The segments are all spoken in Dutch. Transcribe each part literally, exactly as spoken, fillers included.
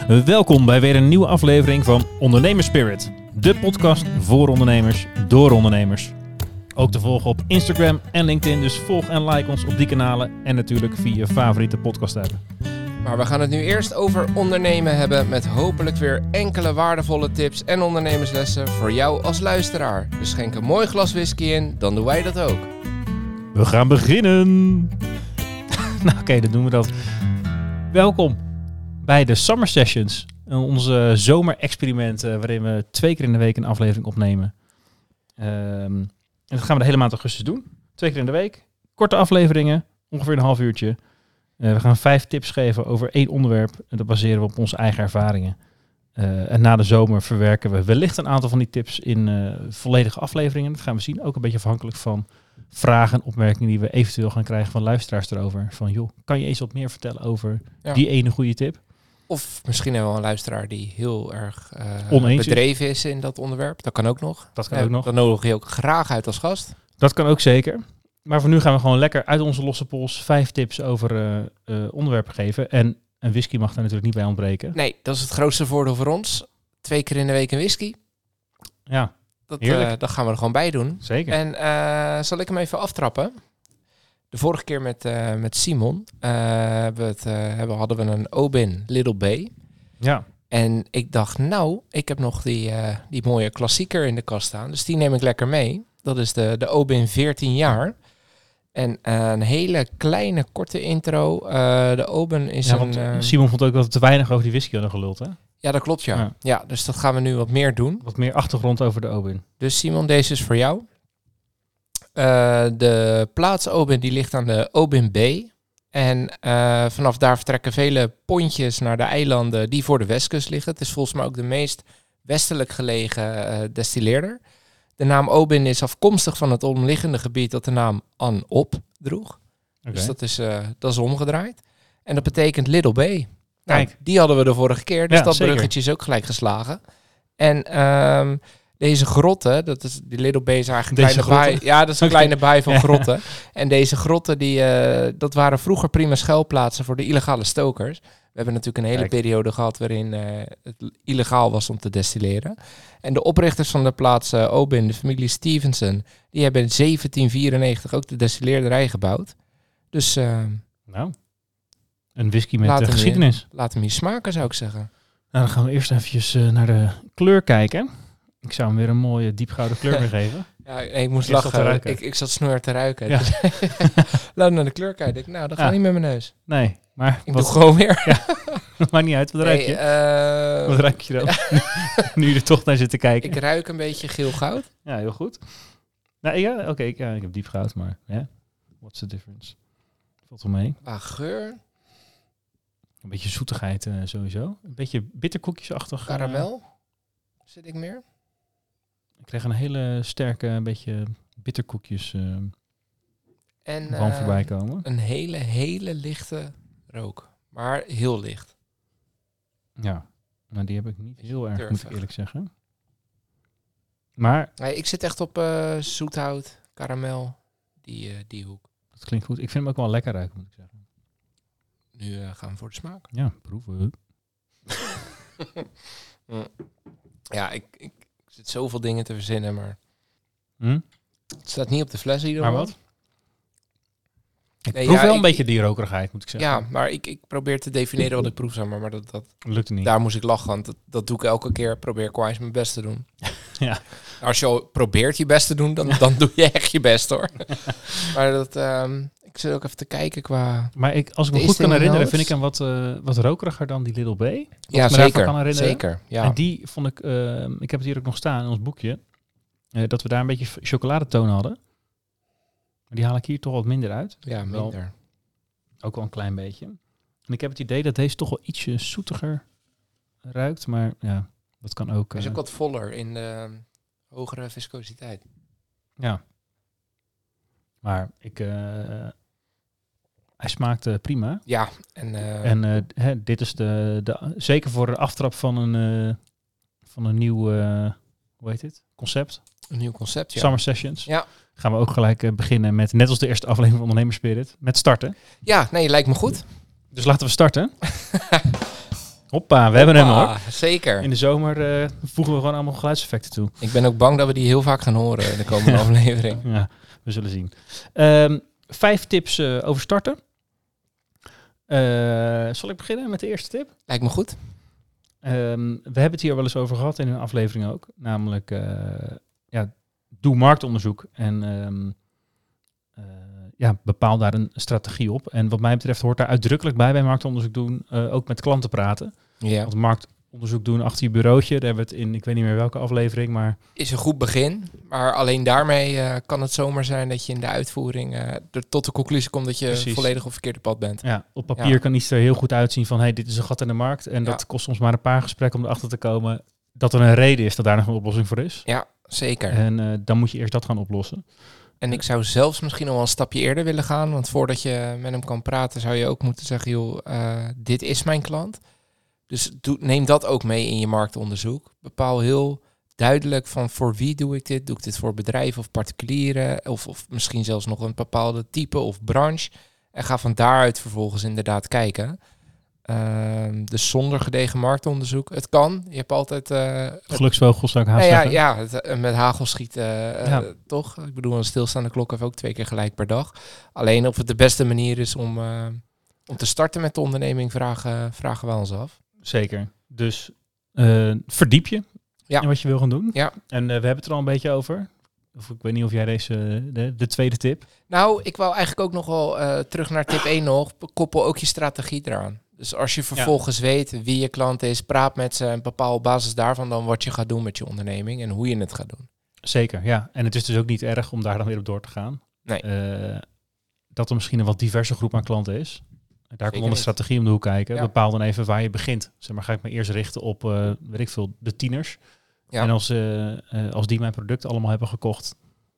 Welkom bij weer een nieuwe aflevering van Ondernemerspirit. De podcast voor ondernemers, door ondernemers. Ook te volgen op Instagram en LinkedIn, dus volg en like ons op die kanalen en natuurlijk via je favoriete podcast app. Maar we gaan het nu eerst over ondernemen hebben met hopelijk weer enkele waardevolle tips en ondernemerslessen voor jou als luisteraar. Dus schenk een mooi glas whisky in, dan doen wij dat ook. We gaan beginnen! nou oké, okay, dan doen we dat. Welkom bij de Summer Sessions, onze zomerexperiment uh, waarin we twee keer in de week een aflevering opnemen. Um, en dat gaan we de hele maand augustus doen. Twee keer in de week, korte afleveringen, ongeveer een half uurtje. Uh, we gaan vijf tips geven over één onderwerp en dat baseren we op onze eigen ervaringen. Uh, en na de zomer verwerken we wellicht een aantal van die tips in uh, volledige afleveringen. Dat gaan we zien, ook een beetje afhankelijk van vragen en opmerkingen die we eventueel gaan krijgen van luisteraars erover. Van joh, kan je eens wat meer vertellen over ja. die ene goede tip? Of misschien hebben we een luisteraar die heel erg uh, bedreven is in dat onderwerp. Dat kan ook nog. Dat kan uh, ook nog. Dan nodig je ook graag uit als gast. Dat kan ook zeker. Maar voor nu gaan we gewoon lekker uit onze losse pols vijf tips over uh, uh, onderwerpen geven. En een whisky mag daar natuurlijk niet bij ontbreken. Nee, dat is het grootste voordeel voor ons. Twee keer in de week een whisky. Ja, dat, uh, dat gaan we er gewoon bij doen. Zeker. En uh, zal ik hem even aftrappen? De vorige keer met, uh, met Simon uh, hebben we het, uh, hebben, hadden we een Obin Little Bay. Ja. En ik dacht, nou, ik heb nog die, uh, die mooie klassieker in de kast staan. Dus die neem ik lekker mee. Dat is de, de Obin veertien jaar. En uh, een hele kleine, korte intro. Uh, de Obin is ja, een... Want Uh, Simon vond ook dat we te weinig over die whisky hadden geluld, hè? Ja, dat klopt, ja. ja. Ja, dus dat gaan we nu wat meer doen. Wat meer achtergrond over de Obin. Dus Simon, deze is voor jou. Uh, de plaats Obin die ligt aan de Obin Bay. En uh, vanaf daar vertrekken vele pontjes naar de eilanden die voor de westkust liggen. Het is volgens mij ook de meest westelijk gelegen uh, destilleerder. De naam Obin is afkomstig van het omliggende gebied dat de naam An Op droeg. Okay. Dus dat is, uh, dat is omgedraaid. En dat betekent Little Bay. Nou, Kijk. Die hadden we de vorige keer, dus ja, dat zeker. bruggetje is ook gelijk geslagen. En um, deze grotten, dat is die Little Bay is eigenlijk een kleine baai. Ja, dat is een okay. kleine baai van grotten. En deze grotten, die, uh, dat waren vroeger prima schuilplaatsen voor de illegale stokers. We hebben natuurlijk een hele Kijk. periode gehad waarin uh, het illegaal was om te destilleren. En de oprichters van de plaats uh, Obin, de familie Stevenson, die hebben in zeventien vierennegentig ook de destilleerderij gebouwd. Dus uh, nou, een whisky met de geschiedenis. Je, laat hem hier smaken, zou ik zeggen. Nou, dan gaan we eerst eventjes uh, naar de kleur kijken. Ik zou hem weer een mooie diepgouden kleur weer geven. Ja, ik moest eerst lachen. Ik, ik zat snor te ruiken. Ja. Laat naar de kleur kijken. Ik, nou, dat gaat ja. niet met mijn neus. Nee, maar... Ik wat... doe gewoon weer. Ja. Maakt niet uit. Wat ruik je? Nee, uh... Wat ruik je dan? Ja. Nu je er toch naar zit te kijken. Ik ruik een beetje geel goud. Ja, heel goed. Nou, ja, oké. Okay, ja, ik heb diep goud, maar... Ja. What's the difference? Valt wel mee. Qua geur... Een beetje zoetigheid uh, sowieso. Een beetje bitterkoekjesachtig. Karamel? Uh, Zit ik meer? Ik kreeg een hele sterke, een beetje bitterkoekjes uh, en uh, voorbij komen. Een hele, hele lichte rook. Maar heel licht. Ja, nou die heb ik niet heel erg, Durfig. moet ik eerlijk zeggen. Maar... Nee, ik zit echt op uh, zoethout, karamel, die, uh, die hoek. Dat klinkt goed. Ik vind hem ook wel lekker ruiken, moet ik zeggen. Nu uh, gaan we voor de smaak. Ja, proeven. ja, ik, ik, ik zit zoveel dingen te verzinnen, maar... Hm? Het staat niet op de fles hier. Maar wat? Ik nee, proef ja, wel ik, een beetje die rokerigheid, moet ik zeggen. Ja, maar ik, ik probeer te definiëren wat ik proef, zeg maar. Maar dat, dat lukt niet. Daar moest ik lachen, want dat, dat doe ik elke keer. Probeer ik wel eens mijn best te doen. ja. Als je al probeert je best te doen, dan, dan doe je echt je best, hoor. maar dat... Um, ik zit ook even te kijken qua... Maar ik, als ik me goed kan herinneren, notes. vind ik hem wat, uh, wat rokeriger dan die Little Bay. Ja, zeker. Kan zeker ja. En die vond ik... Uh, ik heb het hier ook nog staan in ons boekje. Uh, dat we daar een beetje chocoladetoon hadden. Maar die haal ik hier toch wat minder uit. Ja, minder. Wel, ook wel een klein beetje. En ik heb het idee dat deze toch wel ietsje zoetiger ruikt. Maar ja, dat kan ook... Hij is uh, ook wat voller in de hogere viscositeit. Ja. Maar ik... Uh, hij smaakt uh, prima. Ja. En, uh, en uh, hè, dit is de, de... Zeker voor de aftrap van een... Uh, van een nieuw... Uh, hoe heet het? Concept. Een nieuw concept, ja. Summer Sessions. Ja. Gaan we ook gelijk uh, beginnen met... Net als de eerste aflevering van Ondernemerspirit. Met starten. Ja, nee, lijkt me goed. Dus laten we starten. Hoppa, we hebben hem Hoppa, hoor. Zeker. In de zomer uh, voegen we gewoon allemaal geluidseffecten toe. Ik ben ook bang dat we die heel vaak gaan horen in de komende ja. aflevering. Ja, we zullen zien. Um, vijf tips uh, over starten. Uh, zal ik beginnen met de eerste tip? Lijkt me goed. Um, we hebben het hier wel eens over gehad in een aflevering ook. Namelijk, uh, ja, doe marktonderzoek en um, uh, ja, bepaal daar een strategie op. En wat mij betreft hoort daar uitdrukkelijk bij bij marktonderzoek doen, uh, ook met klanten praten. Ja. Want marktonderzoek doen achter je bureautje, daar hebben we het in, ik weet niet meer welke aflevering, maar... Is een goed begin, maar alleen daarmee uh, kan het zomaar zijn dat je in de uitvoering uh, er tot de conclusie komt dat je Precies. volledig op verkeerde pad bent. Ja, op papier ja. kan iets er heel goed uitzien van, hey, dit is een gat in de markt. En ja. dat kost soms maar een paar gesprekken om erachter te komen dat er een reden is dat daar nog een oplossing voor is. Ja, zeker. En uh, dan moet je eerst dat gaan oplossen. En ik zou zelfs misschien nog wel een stapje eerder willen gaan. Want voordat je met hem kan praten, zou je ook moeten zeggen, joh, uh, dit is mijn klant. Dus doe, neem dat ook mee in je marktonderzoek. Bepaal heel duidelijk van voor wie doe ik dit? Doe ik dit voor bedrijven of particulieren? Of, of misschien zelfs nog een bepaalde type of branche. En ga van daaruit vervolgens inderdaad kijken. Uh, dus zonder gedegen marktonderzoek. Het kan. Je hebt altijd... Uh, Geluksvogels zou ik haast ja, zeggen. Ja, het, uh, met hagel schieten, uh, ja. uh, toch? Ik bedoel, een stilstaande klok heeft ook twee keer gelijk per dag. Alleen of het de beste manier is om, uh, om te starten met de onderneming, vragen, vragen we ons af. Zeker. Dus uh, verdiep je ja. in wat je wil gaan doen. Ja. En uh, we hebben het er al een beetje over. Of ik weet niet of jij deze, de, de tweede tip... Nou, ik wou eigenlijk ook nog wel uh, terug naar tip één nog. Koppel ook je strategie eraan. Dus als je vervolgens ja. weet wie je klant is, praat met ze en bepaal op basis daarvan dan wat je gaat doen met je onderneming en hoe je het gaat doen. Zeker, ja. En het is dus ook niet erg om daar dan weer op door te gaan. Nee. Uh, dat er misschien een wat diverse groep aan klanten is. Daar komt dan de strategie om de hoek kijken. Ja. Bepaal dan even waar je begint. Zeg maar, ga ik me eerst richten op, uh, weet ik veel, de tieners. Ja. En als, uh, uh, als die mijn product allemaal hebben gekocht,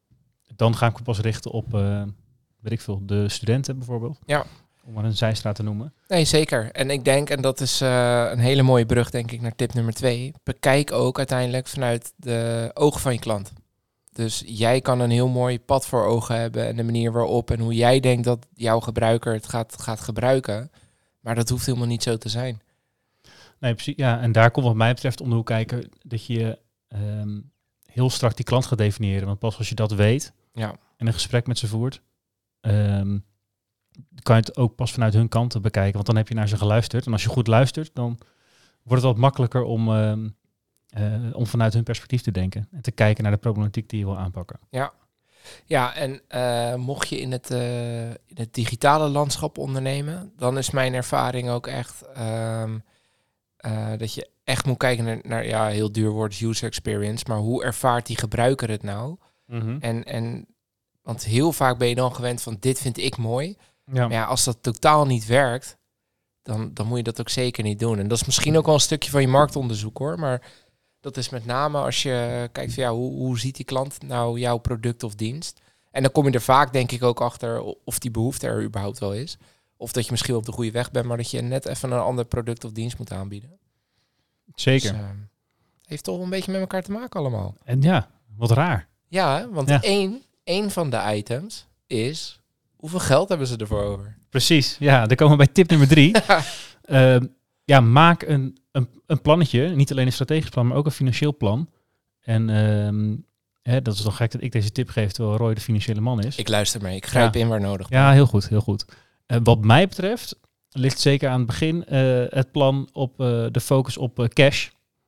dan ga ik me pas richten op, uh, weet ik veel, de studenten bijvoorbeeld. Ja. Om maar een zijstraat te noemen. Nee, zeker. En ik denk, en dat is uh, een hele mooie brug, denk ik, naar tip nummer twee. Bekijk ook uiteindelijk vanuit de ogen van je klant. Dus jij kan een heel mooi pad voor ogen hebben en de manier waarop en hoe jij denkt dat jouw gebruiker het gaat, gaat gebruiken. Maar dat hoeft helemaal niet zo te zijn. Nee, precies. Ja, en daar komt wat mij betreft om de hoek kijken dat je um, heel strak die klant gaat definiëren. Want pas als je dat weet ja. en een gesprek met ze voert, um, kan je het ook pas vanuit hun kant bekijken. Want dan heb je naar ze geluisterd. En als je goed luistert, dan wordt het wat makkelijker om, uh, uh, om vanuit hun perspectief te denken. En te kijken naar de problematiek die je wil aanpakken. Ja, ja en uh, mocht je in het, uh, in het digitale landschap ondernemen, dan is mijn ervaring ook echt um, uh, dat je echt moet kijken naar, naar, ja, heel duur woord, user experience. Maar hoe ervaart die gebruiker het nou? Mm-hmm. En, en, want heel vaak ben je dan gewend van dit vind ik mooi. Ja. Maar ja, als dat totaal niet werkt, dan, dan moet je dat ook zeker niet doen. En dat is misschien ook wel een stukje van je marktonderzoek hoor. Maar dat is met name als je kijkt van ja, hoe, hoe ziet die klant nou jouw product of dienst? En dan kom je er vaak denk ik ook achter of die behoefte er überhaupt wel is. Of dat je misschien op de goede weg bent, maar dat je net even een ander product of dienst moet aanbieden. Zeker. Dus, uh, heeft toch een beetje met elkaar te maken allemaal. En ja, wat raar. Ja, want ja. één, één van de items is... Hoeveel geld hebben ze ervoor over? Precies, ja. Dan komen we bij tip nummer drie. uh, ja, maak een, een, een plannetje. Niet alleen een strategisch plan, maar ook een financieel plan. En um, hè, dat is toch gek dat ik deze tip geef, terwijl Roy de financiële man is. Ik luister mee. Ik grijp ja. in waar nodig. Ja, heel goed, heel goed. Uh, wat mij betreft ligt zeker aan het begin uh, het plan op uh, de focus op uh, cash.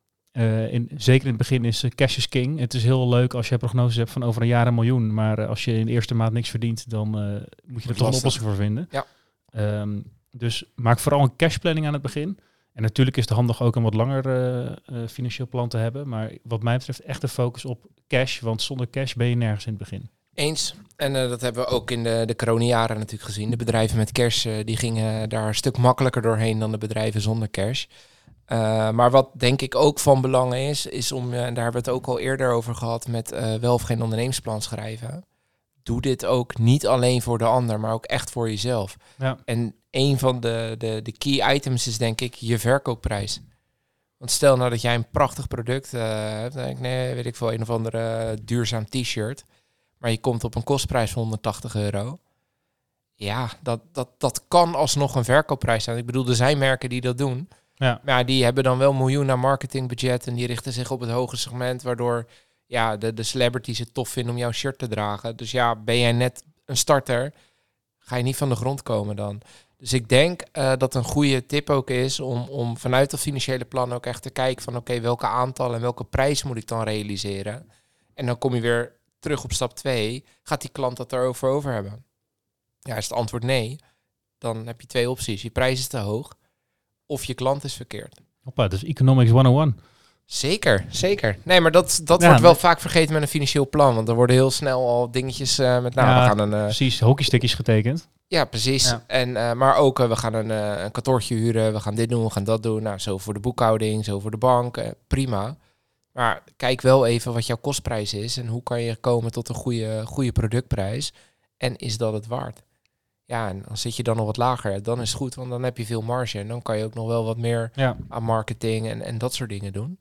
Uh, in, zeker in het begin is uh, cash is king. Het is heel leuk als je prognoses hebt van over een jaar een miljoen. Maar uh, als je in de eerste maand niks verdient, dan uh, moet je er toch een oplossing voor vinden. Ja. Um, dus maak vooral een cashplanning aan het begin. En natuurlijk is het handig ook een wat langer uh, uh, financieel plan te hebben. Maar wat mij betreft echt de focus op cash. Want zonder cash ben je nergens in het begin. Eens. En uh, dat hebben we ook in de, de coronajaren natuurlijk gezien. De bedrijven met cash uh, die gingen daar een stuk makkelijker doorheen dan de bedrijven zonder cash. Uh, maar wat denk ik ook van belang is, is om, uh, en daar hebben we het ook al eerder over gehad, met uh, wel of geen ondernemersplan schrijven. Doe dit ook niet alleen voor de ander, maar ook echt voor jezelf. Ja. En een van de, de, de key items is denk ik je verkoopprijs. Want stel nou dat jij een prachtig product uh, hebt, denk ik, nee, weet ik veel, een of andere duurzaam t-shirt, maar je komt op een kostprijs van honderdtachtig euro. Ja, dat, dat, dat kan alsnog een verkoopprijs zijn. Ik bedoel, er zijn merken die dat doen. Ja. Maar ja, die hebben dan wel miljoenen marketingbudget en die richten zich op het hoge segment, waardoor ja, de, de celebrities het tof vinden om jouw shirt te dragen. Dus ja, ben jij net een starter, ga je niet van de grond komen dan. Dus ik denk uh, dat een goede tip ook is om, om vanuit dat financiële plan ook echt te kijken van oké, okay, welke aantallen en welke prijs moet ik dan realiseren? En dan kom je weer terug op stap twee. Gaat die klant dat erover over hebben? Ja, is het antwoord nee, dan heb je twee opties. Je prijs is te hoog of je klant is verkeerd. Hoppa, dus Economics honderdéén. Zeker, zeker. Nee, maar dat, dat ja, wordt wel nee. vaak vergeten met een financieel plan. Want er worden heel snel al dingetjes uh, met... Nou, ja, we gaan een, uh, precies, hockeystickjes getekend. Ja, precies. Ja. En, uh, maar ook, uh, we gaan een, uh, een kantoortje huren. We gaan dit doen, we gaan dat doen. Nou, zo voor de boekhouding, zo voor de bank. Uh, prima. Maar kijk wel even wat jouw kostprijs is. En hoe kan je komen tot een goede, goede productprijs. En is dat het waard? Ja, en dan zit je dan nog wat lager. Dan is het goed, want dan heb je veel marge. En dan kan je ook nog wel wat meer ja. aan marketing en, en dat soort dingen doen.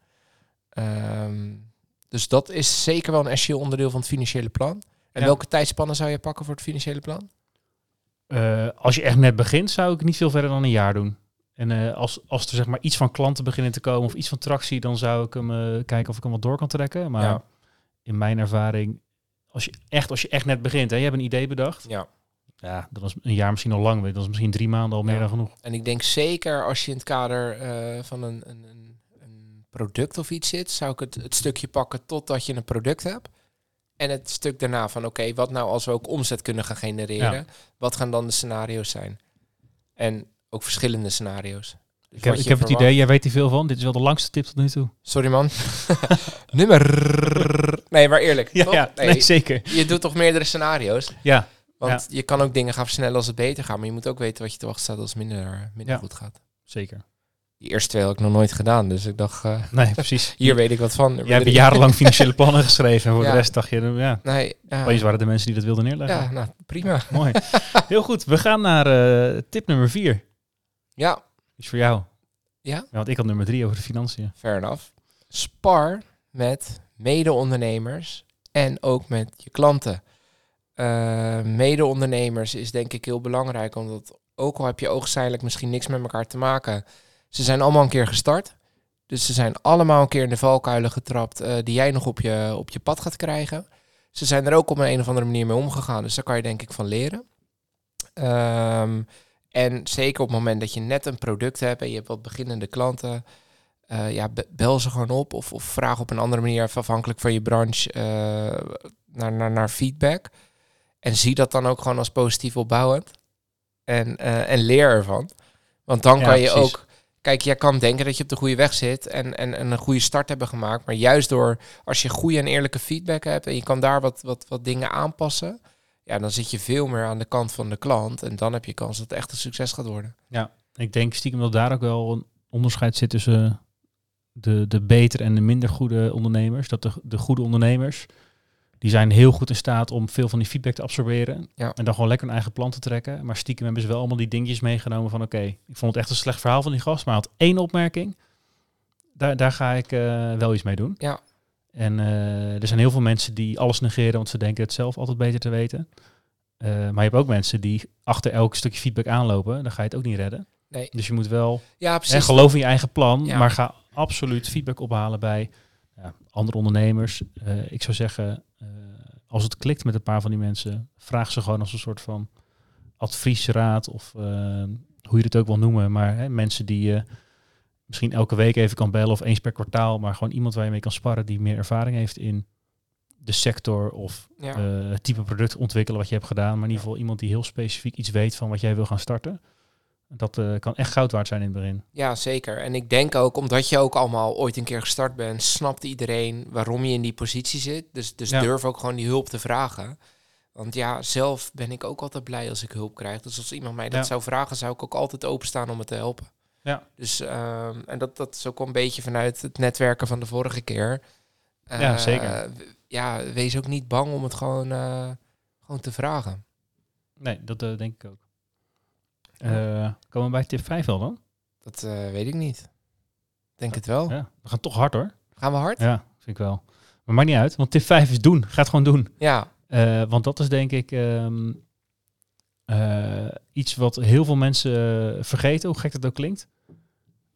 Um, dus dat is zeker wel een essentieel onderdeel van het financiële plan. En ja. welke tijdspannen zou je pakken voor het financiële plan? Uh, als je echt net begint, zou ik niet veel verder dan een jaar doen. En uh, als, als er zeg maar iets van klanten beginnen te komen of iets van tractie, dan zou ik hem uh, kijken of ik hem wat door kan trekken. Maar ja. in mijn ervaring, als je echt, als je echt net begint, hè, je hebt een idee bedacht. Ja. Ja, dat is een jaar misschien al lang. Dat is misschien drie maanden al meer ja. dan genoeg. En ik denk zeker als je in het kader uh, van een, een, een, een product of iets zit, zou ik het, het stukje pakken totdat je een product hebt. En het stuk daarna van oké, okay, wat nou als we ook omzet kunnen gaan genereren? Ja. Wat gaan dan de scenario's zijn? En ook verschillende scenario's. Dus ik heb, ik heb het idee, jij weet er veel van. Dit is wel de langste tip tot nu toe. Sorry man. Nummer. Nee, maar eerlijk. Ja, ja nee, nee, zeker. Je doet toch meerdere scenario's? Ja. Want ja. je kan ook dingen gaan versnellen als het beter gaat. Maar je moet ook weten wat je te wachten staat als het minder, minder ja. goed gaat. Zeker. Die eerste twee had ik nog nooit gedaan. Dus ik dacht, uh, nee, precies. Hier weet ik wat van. Jij hebt jarenlang financiële plannen geschreven. En voor ja. de rest dacht je, ja. Nee, ja. Opeens waren de mensen die dat wilden neerleggen. Ja, nou, prima. Mooi. Heel goed. We gaan naar uh, tip nummer vier. Ja. Is voor jou. Ja? ja. Want ik had nummer drie over de financiën. Fair enough. Spar met mede-ondernemers en ook met je klanten. Uh, mede-ondernemers is denk ik heel belangrijk, omdat ook al heb je ogenschijnlijk misschien niks met elkaar te maken, ze zijn allemaal een keer gestart. Dus ze zijn allemaal een keer in de valkuilen getrapt uh, die jij nog op je, op je pad gaat krijgen. Ze zijn er ook op een, een of andere manier mee omgegaan, dus daar kan je denk ik van leren. Um, en zeker op het moment dat je net een product hebt en je hebt wat beginnende klanten, uh, ja, bel ze gewoon op of, of vraag op een andere manier, afhankelijk van je branche, uh, naar, naar, naar feedback. En zie dat dan ook gewoon als positief opbouwend. En, uh, en leer ervan. Want dan ja, kan je precies. ook... Kijk, jij kan denken dat je op de goede weg zit en, en, en een goede start hebben gemaakt. Maar juist door, als je goede en eerlijke feedback hebt en je kan daar wat, wat, wat dingen aanpassen, ja, dan zit je veel meer aan de kant van de klant. En dan heb je kans dat het echt een succes gaat worden. Ja, ik denk stiekem dat daar ook wel een onderscheid zit tussen de, de betere en de minder goede ondernemers. Dat de, de goede ondernemers, die zijn heel goed in staat om veel van die feedback te absorberen. Ja. En dan gewoon lekker hun eigen plan te trekken. Maar stiekem hebben ze wel allemaal die dingetjes meegenomen van oké, okay, ik vond het echt een slecht verhaal van die gast, maar hij had één opmerking. Daar, daar ga ik uh, wel iets mee doen. Ja. En uh, er zijn heel veel mensen die alles negeren, want ze denken het zelf altijd beter te weten. Uh, maar je hebt ook mensen die achter elk stukje feedback aanlopen. Dan ga je het ook niet redden. Nee. Dus je moet wel ja, precies. Hè, geloof in je eigen plan, ja. maar ga absoluut feedback ophalen bij ja, andere ondernemers. Uh, ik zou zeggen, uh, als het klikt met een paar van die mensen, vraag ze gewoon als een soort van adviesraad of uh, hoe je het ook wil noemen. Maar hè, mensen die je uh, misschien elke week even kan bellen of eens per kwartaal, maar gewoon iemand waar je mee kan sparren die meer ervaring heeft in de sector of ja. uh, het type product ontwikkelen wat je hebt gedaan. Maar in ieder geval iemand die heel specifiek iets weet van wat jij wil gaan starten. Dat uh, kan echt goud waard zijn in het begin. Ja, zeker. En ik denk ook, omdat je ook allemaal ooit een keer gestart bent, snapt iedereen waarom je in die positie zit. Dus, dus ja. durf ook gewoon die hulp te vragen. Want ja, zelf ben ik ook altijd blij als ik hulp krijg. Dus als iemand mij dat ja. zou vragen, zou ik ook altijd openstaan om het te helpen. Ja. Dus, um, en dat, dat is ook een beetje vanuit het netwerken van de vorige keer. Uh, ja, zeker. Ja, wees ook niet bang om het gewoon, uh, gewoon te vragen. Nee, dat uh, denk ik ook. Uh, komen we bij tip vijf al dan? Dat uh, weet ik niet. Denk ja, het wel. Ja, we gaan toch hard hoor. Gaan we hard? Ja, vind ik wel. Maar maakt niet uit, want tip vijf is doen. Ga het gewoon doen. Ja. Uh, want dat is denk ik um, uh, iets wat heel veel mensen uh, vergeten, hoe gek dat ook klinkt.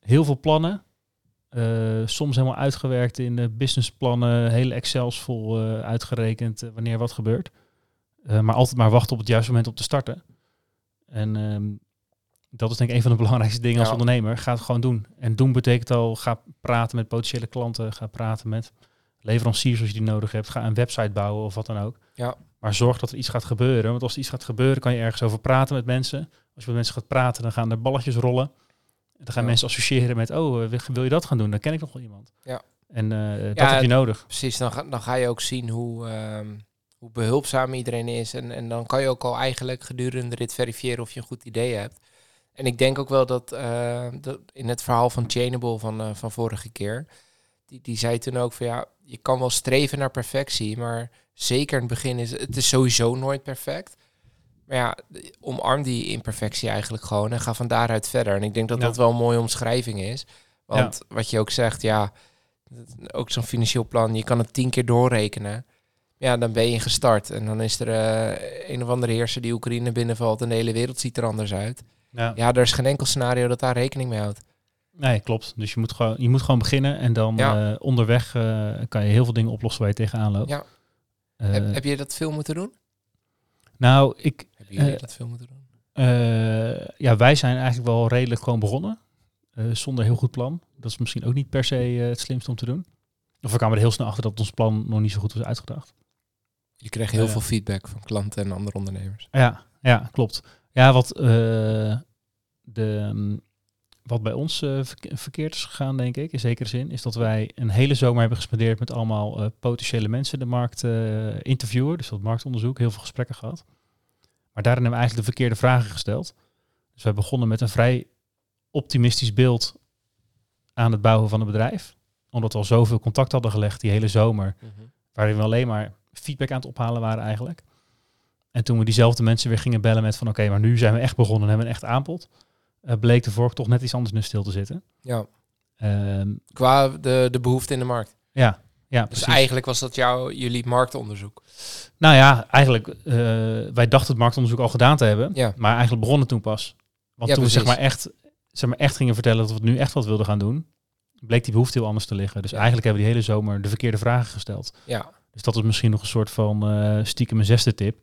heel veel plannen. Uh, soms helemaal uitgewerkt in uh, businessplannen, hele Excels vol uh, uitgerekend uh, wanneer wat gebeurt. Uh, maar altijd maar wachten op het juiste moment om te starten. En um, dat is denk ik een van de belangrijkste dingen ja. als ondernemer. Ga het gewoon doen. En doen betekent al, ga praten met potentiële klanten, ga praten met leveranciers als je die nodig hebt. Ga een website bouwen of wat dan ook. Ja. Maar zorg dat er iets gaat gebeuren. Want als er iets gaat gebeuren, kan je ergens over praten met mensen. Als je met mensen gaat praten, dan gaan er balletjes rollen. Dan gaan ja. mensen associëren met, oh, wil je dat gaan doen? Dan ken ik nog wel iemand. Ja. En uh, dat ja, heb je nodig. Precies, dan ga, dan ga je ook zien hoe, um, hoe behulpzaam iedereen is. En, en dan kan je ook al eigenlijk gedurende de rit verifiëren of je een goed idee hebt. En ik denk ook wel dat, uh, dat in het verhaal van Chainable van, uh, van vorige keer, die, die zei toen ook van ja, je kan wel streven naar perfectie, maar zeker in het begin is het is sowieso nooit perfect. Maar ja, omarm die imperfectie eigenlijk gewoon en ga van daaruit verder. En ik denk dat ja. dat wel een mooie omschrijving is. Want ja. wat je ook zegt, ja, ook zo'n financieel plan, je kan het tien keer doorrekenen. Ja, dan ben je gestart. En dan is er uh, een of andere heerser die Oekraïne binnenvalt en de hele wereld ziet er anders uit. Ja. ja, er is geen enkel scenario dat daar rekening mee houdt. Nee, klopt. Dus je moet gewoon, je moet gewoon beginnen en dan ja. uh, onderweg uh, kan je heel veel dingen oplossen waar je tegenaan loopt. Ja. Uh, heb, heb je dat veel moeten doen? Nou, ik... Hebben jullie uh, dat veel moeten doen? Uh, ja, wij zijn eigenlijk wel redelijk gewoon begonnen. Uh, zonder heel goed plan. Dat is misschien ook niet per se uh, het slimste om te doen. Of we kwamen er heel snel achter dat ons plan nog niet zo goed was uitgedacht. Je kreeg heel uh, veel feedback van klanten en andere ondernemers. Ja, ja, klopt. Ja, wat, uh, de, um, wat bij ons uh, verke- verkeerd is gegaan, denk ik, in zekere zin, is dat wij een hele zomer hebben gespendeerd met allemaal uh, potentiële mensen de markt uh, interviewen. Dus dat marktonderzoek, heel veel gesprekken gehad. Maar daarin hebben we eigenlijk de verkeerde vragen gesteld. Dus wij begonnen met een vrij optimistisch beeld aan het bouwen van het bedrijf. Omdat we al zoveel contact hadden gelegd die hele zomer. Mm-hmm. Waarin we alleen maar feedback aan het ophalen waren eigenlijk. En toen we diezelfde mensen weer gingen bellen met van oké, okay, maar nu zijn we echt begonnen en hebben een echt aanbod. Uh, bleek de vork toch net iets anders nu stil te zitten. Ja. Um, Qua de, de behoefte in de markt. Ja. Ja, dus precies. Eigenlijk was dat jouw, jullie marktonderzoek? Nou ja, eigenlijk, uh, wij dachten het marktonderzoek al gedaan te hebben. Ja. Maar eigenlijk begon het toen pas. Want ja, toen we precies. zeg maar, echt, zeg maar echt gingen vertellen dat we het nu echt wat wilden gaan doen, bleek die behoefte heel anders te liggen. Dus ja. eigenlijk hebben we die hele zomer de verkeerde vragen gesteld. Ja. Dus dat is misschien nog een soort van uh, stiekem een zesde tip.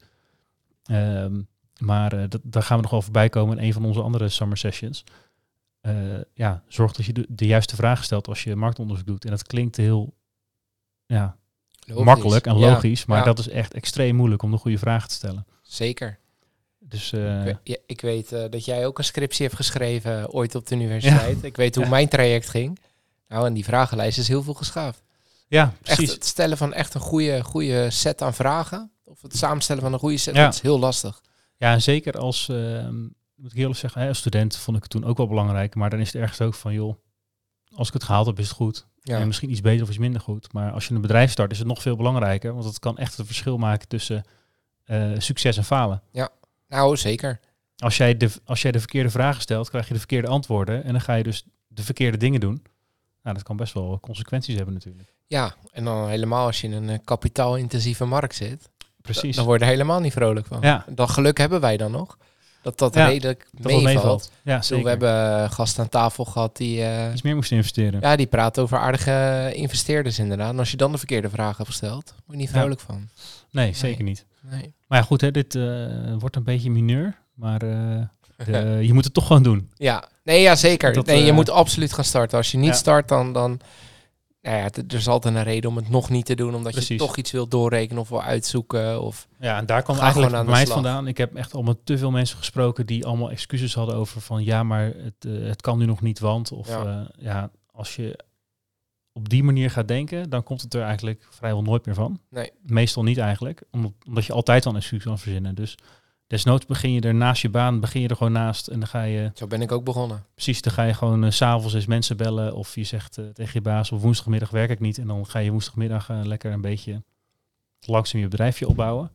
Um, maar uh, dat, daar gaan we nog wel voorbij komen in een van onze andere summer sessions. Uh, ja, zorg dat je de, de juiste vragen stelt als je marktonderzoek doet. En dat klinkt heel ja, makkelijk en logisch, ja. maar ja. dat is echt extreem moeilijk om de goede vragen te stellen. Zeker. Dus, uh, ik, weet, ja, ik weet uh, dat jij ook een scriptie hebt geschreven uh, ooit op de universiteit. Ja. Ik weet hoe ja. mijn traject ging. Nou, en die vragenlijst is heel veel geschaafd. Ja, precies. Echt het stellen van echt een goede, goede set aan vragen, of het samenstellen van een goede set, ja. dat is heel lastig. Ja, en zeker als, uh, moet ik eerlijk zeggen, hè, als student vond ik het toen ook wel belangrijk. Maar dan is het ergens ook van, joh, als ik het gehaald heb, is het goed. Ja. En misschien iets beter of iets minder goed. Maar als je een bedrijf start, is het nog veel belangrijker. Want het kan echt een verschil maken tussen uh, succes en falen. Ja, nou zeker. Als jij, de, als jij de verkeerde vragen stelt, krijg je de verkeerde antwoorden. En dan ga je dus de verkeerde dingen doen. Nou, dat kan best wel consequenties hebben natuurlijk. Ja, en dan helemaal als je in een uh, kapitaalintensieve markt zit. Precies. D- dan word je er helemaal niet vrolijk van. Ja. Dat geluk hebben wij dan nog. Dat dat ja, redelijk dat meevalt. meevalt. Ja, zeker. We hebben uh, gasten aan tafel gehad die... Uh, iets meer moesten investeren. Ja, die praten over aardige investeerders inderdaad. En als je dan de verkeerde vragen hebt gesteld, word je niet vrolijk ja. van. Nee, zeker nee. niet. Nee. Maar ja, goed, hè, dit uh, wordt een beetje mineur. Maar uh, de, je moet het toch gewoon doen. Ja, nee, ja zeker. Dat, nee, je uh, moet absoluut gaan starten. Als je niet ja. start, dan... dan nou ja, t- er is altijd een reden om het nog niet te doen, omdat Precies. je toch iets wil doorrekenen of wil uitzoeken. Of ja, en daar kwam eigenlijk bij mij vandaan. Ik heb echt al met te veel mensen gesproken die allemaal excuses hadden over van ja, maar het, uh, het kan nu nog niet, want of ja. Uh, ja, als je op die manier gaat denken, dan komt het er eigenlijk vrijwel nooit meer van. Nee. Meestal niet eigenlijk, omdat, omdat je altijd al een excuus kan verzinnen. Dus desnoods begin je er naast je baan, begin je er gewoon naast en dan ga je... Zo ben ik ook begonnen. Precies, dan ga je gewoon uh, 's avonds eens mensen bellen of je zegt uh, tegen je baas op woensdagmiddag werk ik niet en dan ga je woensdagmiddag uh, lekker een beetje langzaam je bedrijfje opbouwen.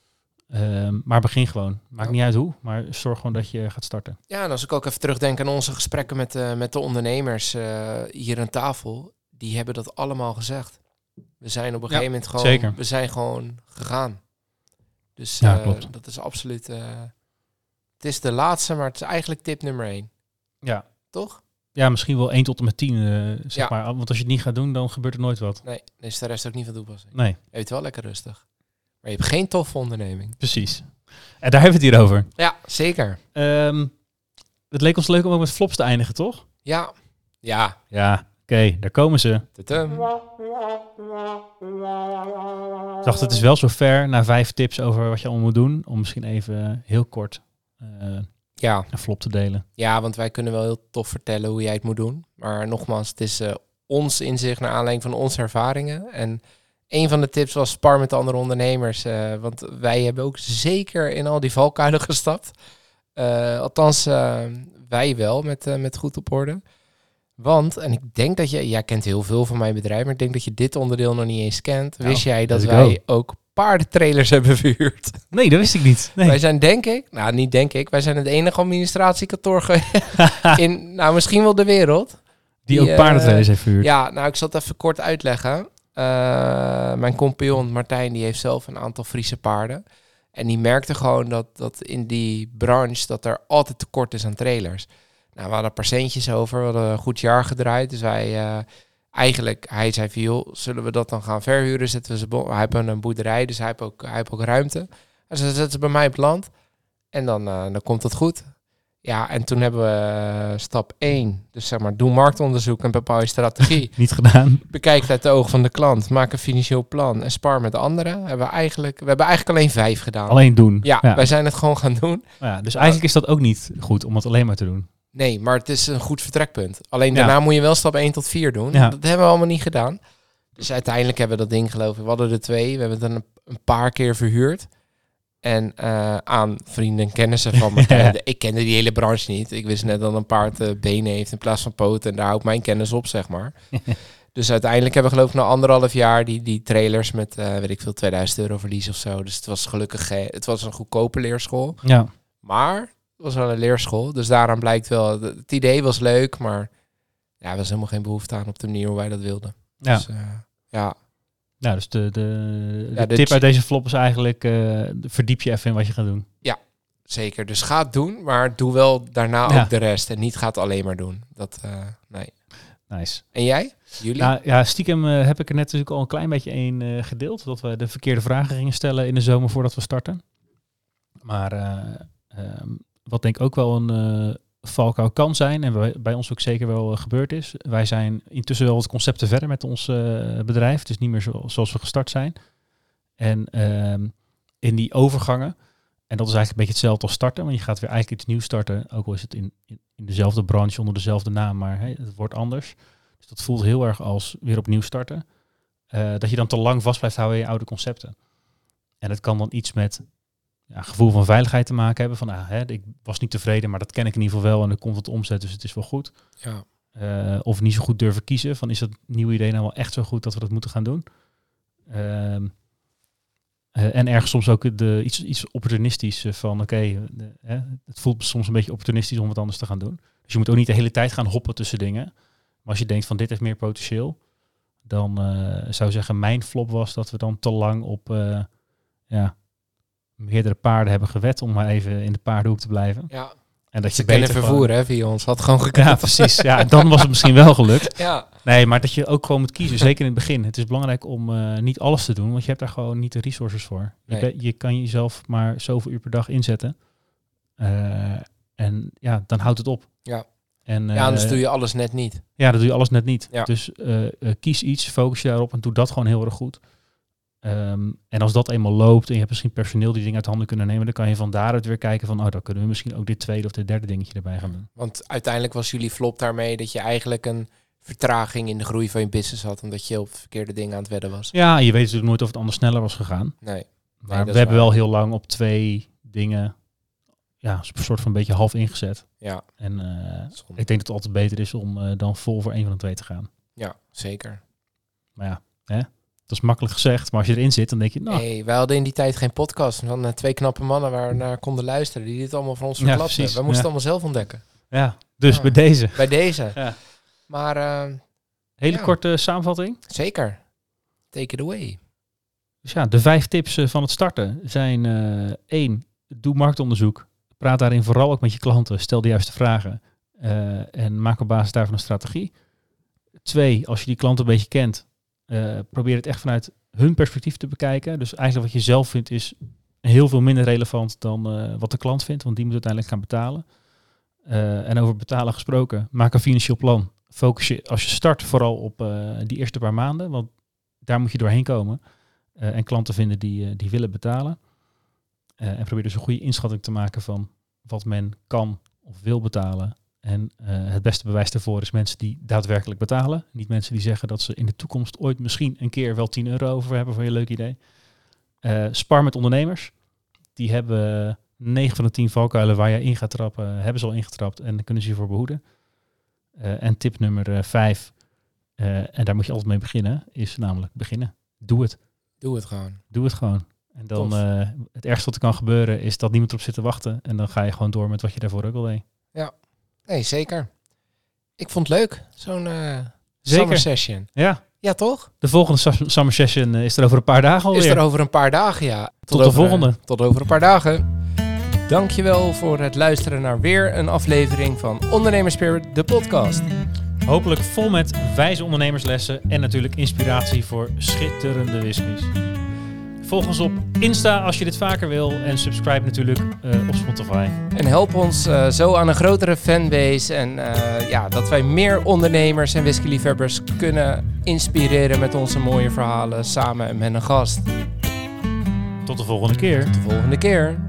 Uh, maar begin gewoon. Maakt ja. niet uit hoe, maar zorg gewoon dat je gaat starten. Ja, en als ik ook even terugdenk aan onze gesprekken met, uh, met de ondernemers uh, hier aan tafel, die hebben dat allemaal gezegd. We zijn op een ja, gegeven moment gewoon, zeker. we zijn gewoon gegaan. Dus ja, uh, klopt. dat is absoluut... Uh, het is de laatste, maar het is eigenlijk tip nummer één. Ja. Toch? Ja, misschien wel één tot en met tien, uh, zeg ja. maar. Want als je het niet gaat doen, dan gebeurt er nooit wat. Nee, dan is de rest ook niet van toepassing. Nee. Je hebt wel lekker rustig. Maar je hebt geen toffe onderneming. Precies. En daar hebben we het hier over. Ja, zeker. Um, het leek ons leuk om ook met flops te eindigen, toch? Ja. Ja. Ja, oké, okay, daar komen ze. Tatum. Ik dacht, het is wel zover, na vijf tips over wat je allemaal moet doen, om misschien even heel kort uh, ja. een flop te delen. Ja, want wij kunnen wel heel tof vertellen hoe jij het moet doen. Maar nogmaals, het is uh, ons inzicht naar aanleiding van onze ervaringen. En een van de tips was spar met andere ondernemers. Uh, want wij hebben ook zeker in al die valkuilen gestapt. Uh, althans, uh, wij wel, met, uh, met goed op orde. Want, en ik denk dat je, jij kent heel veel van mijn bedrijf, maar ik denk dat je dit onderdeel nog niet eens kent. Nou, wist jij dat wij go. ook paardentrailers hebben verhuurd? Nee, dat wist ik niet. Nee. Wij zijn denk ik, nou niet denk ik, wij zijn het enige administratiekantoor ge- in, nou misschien wel de wereld. Die, die ook paardentrailers uh, heeft verhuurd. Ja, nou ik zal het even kort uitleggen. Uh, mijn compagnon Martijn, die heeft zelf een aantal Friese paarden. En die merkte gewoon dat, dat in die branche dat er altijd tekort is aan trailers. Nou, we hadden een paar centjes over, we hadden een goed jaar gedraaid. Dus wij, uh, eigenlijk, hij zei van, joh, zullen we dat dan gaan verhuren? Zetten we ze bo- hij heeft een boerderij, dus hij heeft ook, hij heeft ook ruimte. Dus dan zetten ze bij mij op het land. En dan, uh, dan komt het goed. Ja, en toen hebben we uh, stap één. Dus zeg maar, doe marktonderzoek en bepaal je strategie. Niet gedaan. Bekijk het uit de ogen van de klant. Maak een financieel plan en spar met anderen. Hebben we, eigenlijk, we hebben eigenlijk alleen vijf gedaan. Alleen doen. Ja, ja. Wij zijn het gewoon gaan doen. Ja, dus eigenlijk is dat ook niet goed om het alleen maar te doen. Nee, maar het is een goed vertrekpunt. Alleen daarna ja. moet je wel stap één tot vier doen. Ja. Dat hebben we allemaal niet gedaan. Dus uiteindelijk hebben we dat ding, geloof ik. We hadden er twee. We hebben het een, een paar keer verhuurd. En uh, aan vrienden en kennissen van me. Ja. Ik kende die hele branche niet. Ik wist net dat een paard uh, benen heeft in plaats van poten. En daar houdt mijn kennis op, zeg maar. Dus uiteindelijk hebben we geloof ik na anderhalf jaar die, die trailers met, uh, weet ik veel, tweeduizend euro verlies of zo. Dus het was gelukkig, ge- het was een goedkope leerschool. Ja. Maar het was wel een leerschool. Dus daaraan blijkt wel, het idee was leuk, maar ja, er was helemaal geen behoefte aan op de manier hoe wij dat wilden. Ja. Dus, uh, ja. Ja, dus de, de, ja, de tip uit deze flop is eigenlijk, uh, verdiep je even in wat je gaat doen. Ja, zeker. Dus ga het doen, maar doe wel daarna ja. ook de rest. En niet ga het alleen maar doen. Dat, uh, nee. Nice. En jij? Jullie? Nou, ja, stiekem uh, heb ik er net natuurlijk al een klein beetje een uh, gedeeld. Dat we de verkeerde vragen gingen stellen in de zomer voordat we starten. Maar uh, um, wat denk ik ook wel een uh, valkuil kan zijn, en bij, bij ons ook zeker wel uh, gebeurd is. Wij zijn intussen wel wat concepten verder met ons uh, bedrijf. Het is niet meer zo, zoals we gestart zijn. En um, in die overgangen, en dat is eigenlijk een beetje hetzelfde als starten, want je gaat weer eigenlijk iets nieuws starten, ook al is het in, in, in dezelfde branche, onder dezelfde naam, maar hey, het wordt anders. Dus dat voelt heel erg als weer opnieuw starten. Uh, dat je dan te lang vast blijft houden in je oude concepten. En dat kan dan iets met ja, gevoel van veiligheid te maken hebben. Van, ah, hè, ik was niet tevreden, maar dat ken ik in ieder geval wel. En dan komt het omzet, dus het is wel goed. Ja. Uh, of niet zo goed durven kiezen. Van, is dat nieuwe idee nou wel echt zo goed dat we dat moeten gaan doen? Uh, uh, en ergens soms ook de, iets, iets opportunistisch uh, van, oké, okay, uh, het voelt soms een beetje opportunistisch om wat anders te gaan doen. Dus je moet ook niet de hele tijd gaan hoppen tussen dingen. Maar als je denkt van, dit heeft meer potentieel, dan uh, zou ik zeggen, mijn flop was dat we dan te lang op uh, ja, meerdere paarden hebben gewet, om maar even in de paardenhoek te blijven. Ja. En dat Ze je kunnen beter vervoeren, gewoon, hè, via ons. Had gewoon gekund. Ja, precies. Ja, dan was het misschien wel gelukt. Ja. Nee, maar dat je ook gewoon moet kiezen, zeker in het begin. Het is belangrijk om uh, niet alles te doen, want je hebt daar gewoon niet de resources voor. Nee. Je, be- je kan jezelf maar zoveel uur per dag inzetten. Uh, en ja, dan houdt het op. Ja. En, uh, ja, anders doe je alles net niet. Ja, dan doe je alles net niet. Ja. Dus uh, uh, kies iets, focus je daarop en doe dat gewoon heel erg goed. Um, en als dat eenmaal loopt en je hebt misschien personeel die dingen uit handen kunnen nemen, dan kan je van daaruit weer kijken van, oh, dan kunnen we misschien ook dit tweede of dit derde dingetje erbij gaan doen. Want uiteindelijk was jullie flop daarmee dat je eigenlijk een vertraging in de groei van je business had, omdat je op verkeerde dingen aan het wedden was. Ja, je weet natuurlijk nooit of het anders sneller was gegaan. Nee. Maar nee, we hebben waar. wel heel lang op twee dingen, ja, een soort van een beetje half ingezet. Ja. En uh, ik denk dat het altijd beter is om uh, dan vol voor een van de twee te gaan. Ja, zeker. Maar ja, hè? Dat is makkelijk gezegd, maar als je erin zit, dan denk je, nou... Nee, wij hadden in die tijd geen podcast van uh, twee knappe mannen waar we naar konden luisteren, die dit allemaal voor ons verklapten. Ja, we moesten ja. allemaal zelf ontdekken. Ja, dus ja. bij deze. Bij deze. Ja. Maar... Uh, Hele ja. korte samenvatting. Zeker. Take it away. Dus ja, de vijf tips uh, van het starten zijn uh, één, doe marktonderzoek. Praat daarin vooral ook met je klanten. Stel de juiste vragen. Uh, en maak op basis daarvan een strategie. Twee, als je die klant een beetje kent, uh, probeer het echt vanuit hun perspectief te bekijken. Dus eigenlijk wat je zelf vindt is heel veel minder relevant dan uh, wat de klant vindt, want die moet uiteindelijk gaan betalen. Uh, en over betalen gesproken, maak een financieel plan. Focus je als je start vooral op uh, die eerste paar maanden, want daar moet je doorheen komen. Uh, en klanten vinden die, uh, die willen betalen. Uh, en probeer dus een goede inschatting te maken van wat men kan of wil betalen. En uh, het beste bewijs daarvoor is mensen die daadwerkelijk betalen. Niet mensen die zeggen dat ze in de toekomst ooit misschien een keer wel tien euro over hebben voor je leuk idee. Uh, spar met ondernemers. Die hebben negen van de tien valkuilen waar je in gaat trappen, hebben ze al ingetrapt en dan kunnen ze je voor behoeden. Uh, en tip nummer vijf, uh, en daar moet je altijd mee beginnen, is namelijk beginnen. Doe het. Doe het gewoon. Doe het gewoon. En dan uh, het ergste wat er kan gebeuren is dat niemand erop zit te wachten. En dan ga je gewoon door met wat je daarvoor ook al deed. Ja, nee, zeker. Ik vond het leuk, zo'n uh, summer session. Ja. Ja, toch? De volgende summer session is er over een paar dagen alweer. Is er over een paar dagen, ja. Tot, tot de over, volgende. Tot over een paar dagen. Dankjewel voor het luisteren naar weer een aflevering van Ondernemerspirit, de podcast. Hopelijk vol met wijze ondernemerslessen en natuurlijk inspiratie voor schitterende whiskies. Volg ons op Insta als je dit vaker wil en subscribe natuurlijk uh, op Spotify. En help ons uh, zo aan een grotere fanbase en uh, ja, dat wij meer ondernemers en whiskyliefhebbers kunnen inspireren met onze mooie verhalen samen met een gast. Tot de volgende keer. Tot de volgende keer.